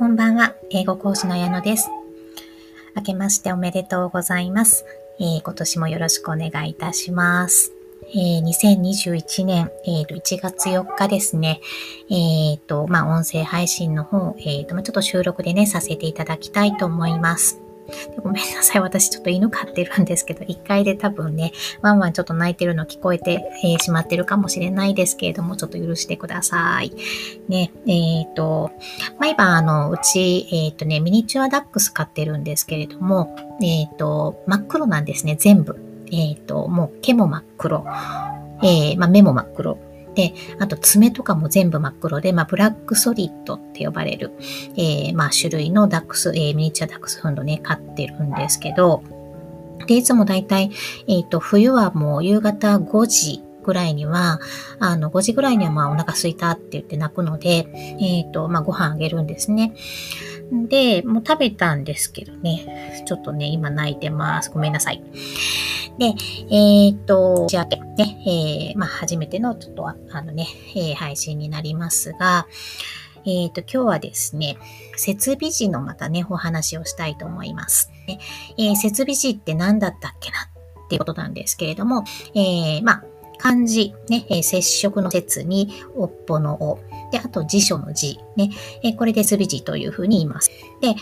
こんばんは。英語講師の矢野です。明けましておめでとうございます。今年もよろしくお願いいたします。2021年、1月4日ですね。音声配信の方、ちょっと収録でね、させていただきたいと思います。ごめんなさい。私ちょっと犬飼ってるんですけど、1階で多分ね、ワンワンちょっと泣いてるの聞こえて、しまってるかもしれないですけれども、ちょっと許してください。ね、毎晩うち、ミニチュアダックス飼ってるんですけれども、真っ黒なんですね、全部。もう毛も真っ黒。目も真っ黒。で、あと爪とかも全部真っ黒で、ブラックソリッドって呼ばれる、種類のダックス、ミニチュアダックスフンドね、飼ってるんですけど、で、いつもだいたい、冬はもう夕方5時ぐらいには、5時ぐらいにはお腹空いたって言って泣くので、ご飯あげるんですね。で、もう食べたんですけどね、ちょっとね、今泣いてます。ごめんなさい。で、年明けね、初めてのちょっと配信になりますが、今日はですね、設備時のまたね、お話をしたいと思います。設備時って何だったっけなっていうことなんですけれども、漢字、ね、接触の節に、おっぽのお、で、あと辞書の字、ね、これで設備時というふうに言います。で、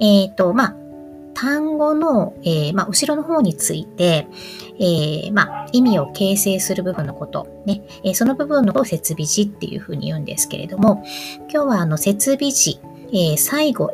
単語の、後ろの方について、意味を形成する部分のこと、ね、その部分のことを設備時っていうふうに言うんですけれども、今日は設備時、最後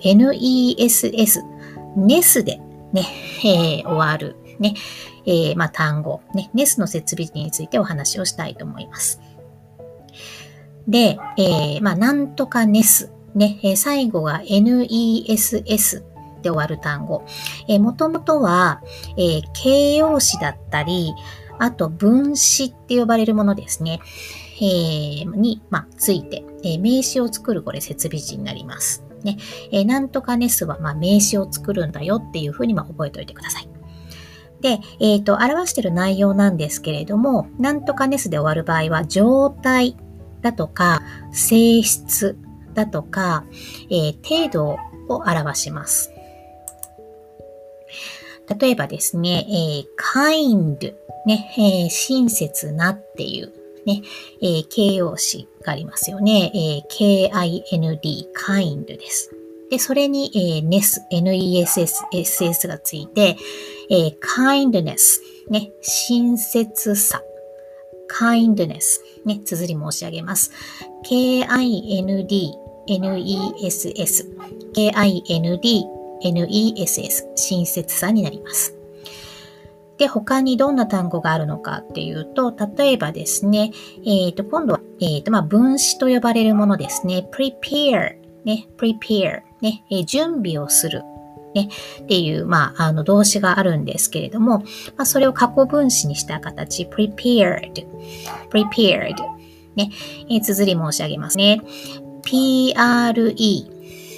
NESS、NES でね、終わる、ね、単語、ね、NES の設備時についてお話をしたいと思います。で、なんとか NES、ね、最後が NESS、で終わる単語。もともとは、形容詞だったり、あと分詞って呼ばれるものですね。に、ついて、名詞を作るこれ設備時になります。ね。なんとかネスは、名詞を作るんだよっていうふうに覚えておいてください。で、表している内容なんですけれども、なんとかネスで終わる場合は、状態だとか、性質だとか、程度を表します。例えばですね、kind ね、親切なっていうね、形容詞がありますよね。kind, kind です。で、それに、ness がついて、kindness ね、親切さ。kindness ね、綴り申し上げます。kindness kindness 親切さになります。で、他にどんな単語があるのかっていうと、例えばですね、今度は、分詞と呼ばれるものですね。prepare ね、prepare ね、準備をする。ね、っていう、動詞があるんですけれども、それを過去分詞にした形、prepared ね、綴り申し上げますね。PREPARED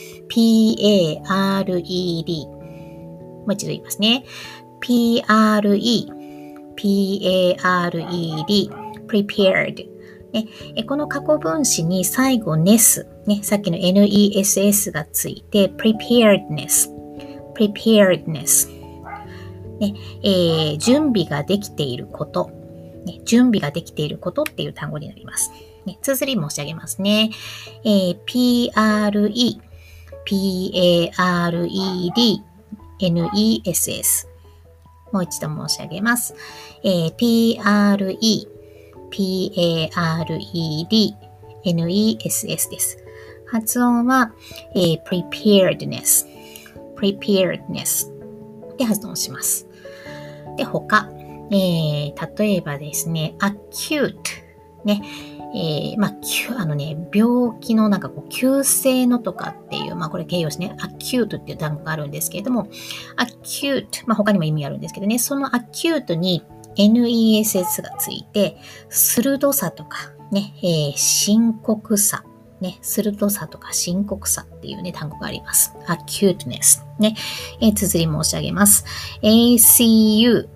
もう一度言いますね。prepared ね、この過去分詞に最後 ness ね、さっきの ness がついて preparedness ね、準備ができていること、ね、準備ができていることっていう単語になります。ね、綴り申し上げますね。PREPARED NESS もう一度申し上げます。PREPARED NESS です。発音は、preparedness で発音します。で、他、例えばですね、acute ね、病気の急性のとかっていう、これ形容詞ね、acute っていう単語があるんですけれども、acute、他にも意味あるんですけどね、その acute に NESS がついて、鋭さとか、ね、深刻さ、ね、鋭さとか深刻さっていうね、単語があります。acuteness ね、綴り申し上げます。ACUTENESS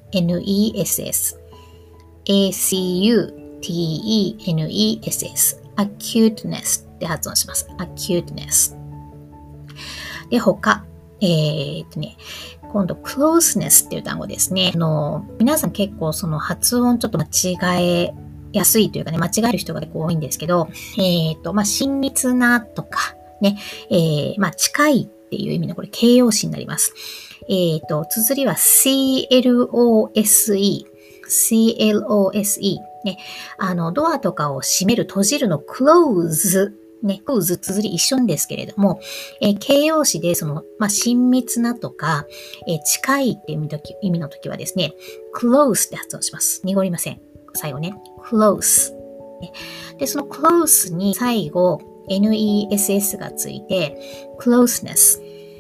ACUTENESS acuteness って発音します。acuteness。で、他、今度 closeness っていう単語ですね。皆さん結構その発音ちょっと間違えやすいというかね、間違える人が結構多いんですけど、親密なとか、ね、近いっていう意味のこれ形容詞になります。綴りは close。close。ね、ドアとかを閉める、閉じるの close。ね、close 綴り一緒んですけれども、形容詞で親密なとか、近いっていう意味の時はですね、close って発音します。濁りません。最後ね、close。で、その close に最後、ness がついて、closeness。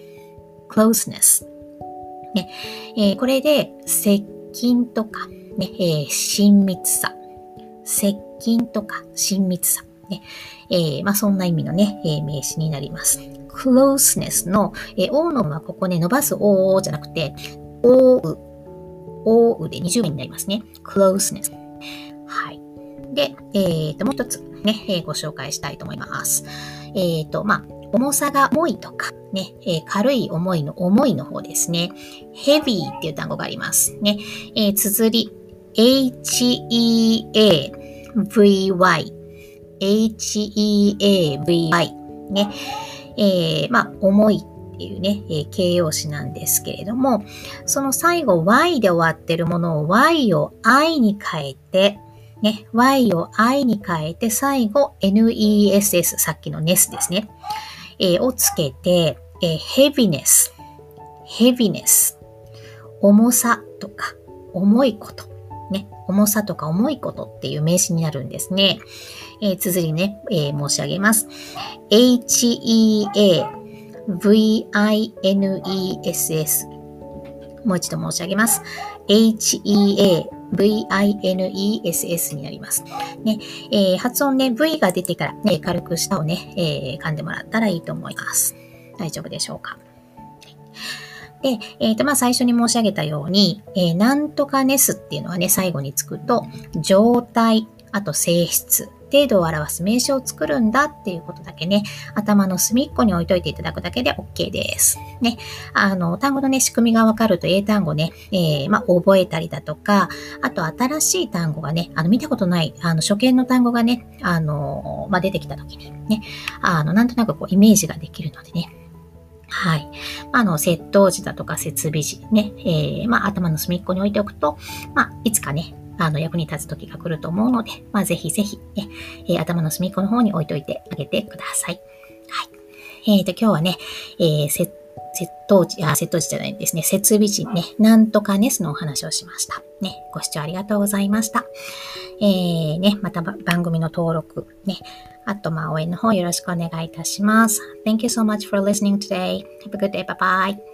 ね、これで、接近とか、ね、親密さ。接近とか、親密さ。ね、そんな意味のね、名詞になります。closeness の、O のはここね、伸ばす O じゃなくて、O で20になりますね。closeness。はい。で、もう一つね、ご紹介したいと思います。重さが重いとか、ね、軽い重いの重いの方ですね。heavy っていう単語がありますね。綴り、heavy。heavy。ね。重いっていうね、形容詞なんですけれども、その最後 y で終わってるものを y を i に変えて、ね、y を i に変えて、最後 ness、さっきの ness ですね、をつけて、heaviness、重さとか重いこと、ね、重さとか重いことっていう名詞になるんですね。綴りね、申し上げます。heavинess。もう一度申し上げます。heavинess になります。ね、発音ね、V が出てからね、軽く舌をね、噛んでもらったらいいと思います。大丈夫でしょうか。で、最初に申し上げたように、なんとかネスっていうのはね、最後につくと、状態、あと性質、程度を表す名詞を作るんだっていうことだけね、頭の隅っこに置いといていただくだけで OK です。ね、単語のね、仕組みがわかると英単語ね、覚えたりだとか、あと新しい単語がね、見たことない、初見の単語がね、出てきたときにね、なんとなくこうイメージができるのでね、はい。窃盗時だとか設備時ね、頭の隅っこに置いておくと、いつかね、役に立つ時が来ると思うので、ぜひぜひ、ね、頭の隅っこの方に置いといてあげてください。はい。今日はね、窃盗時じゃないですね、設備時ね、なんとかネスのお話をしました。ね、ご視聴ありがとうございました。また番組の登録、ね、あと応援の方よろしくお願いいたします。Thank you so much for listening today. Have a good day. Bye bye.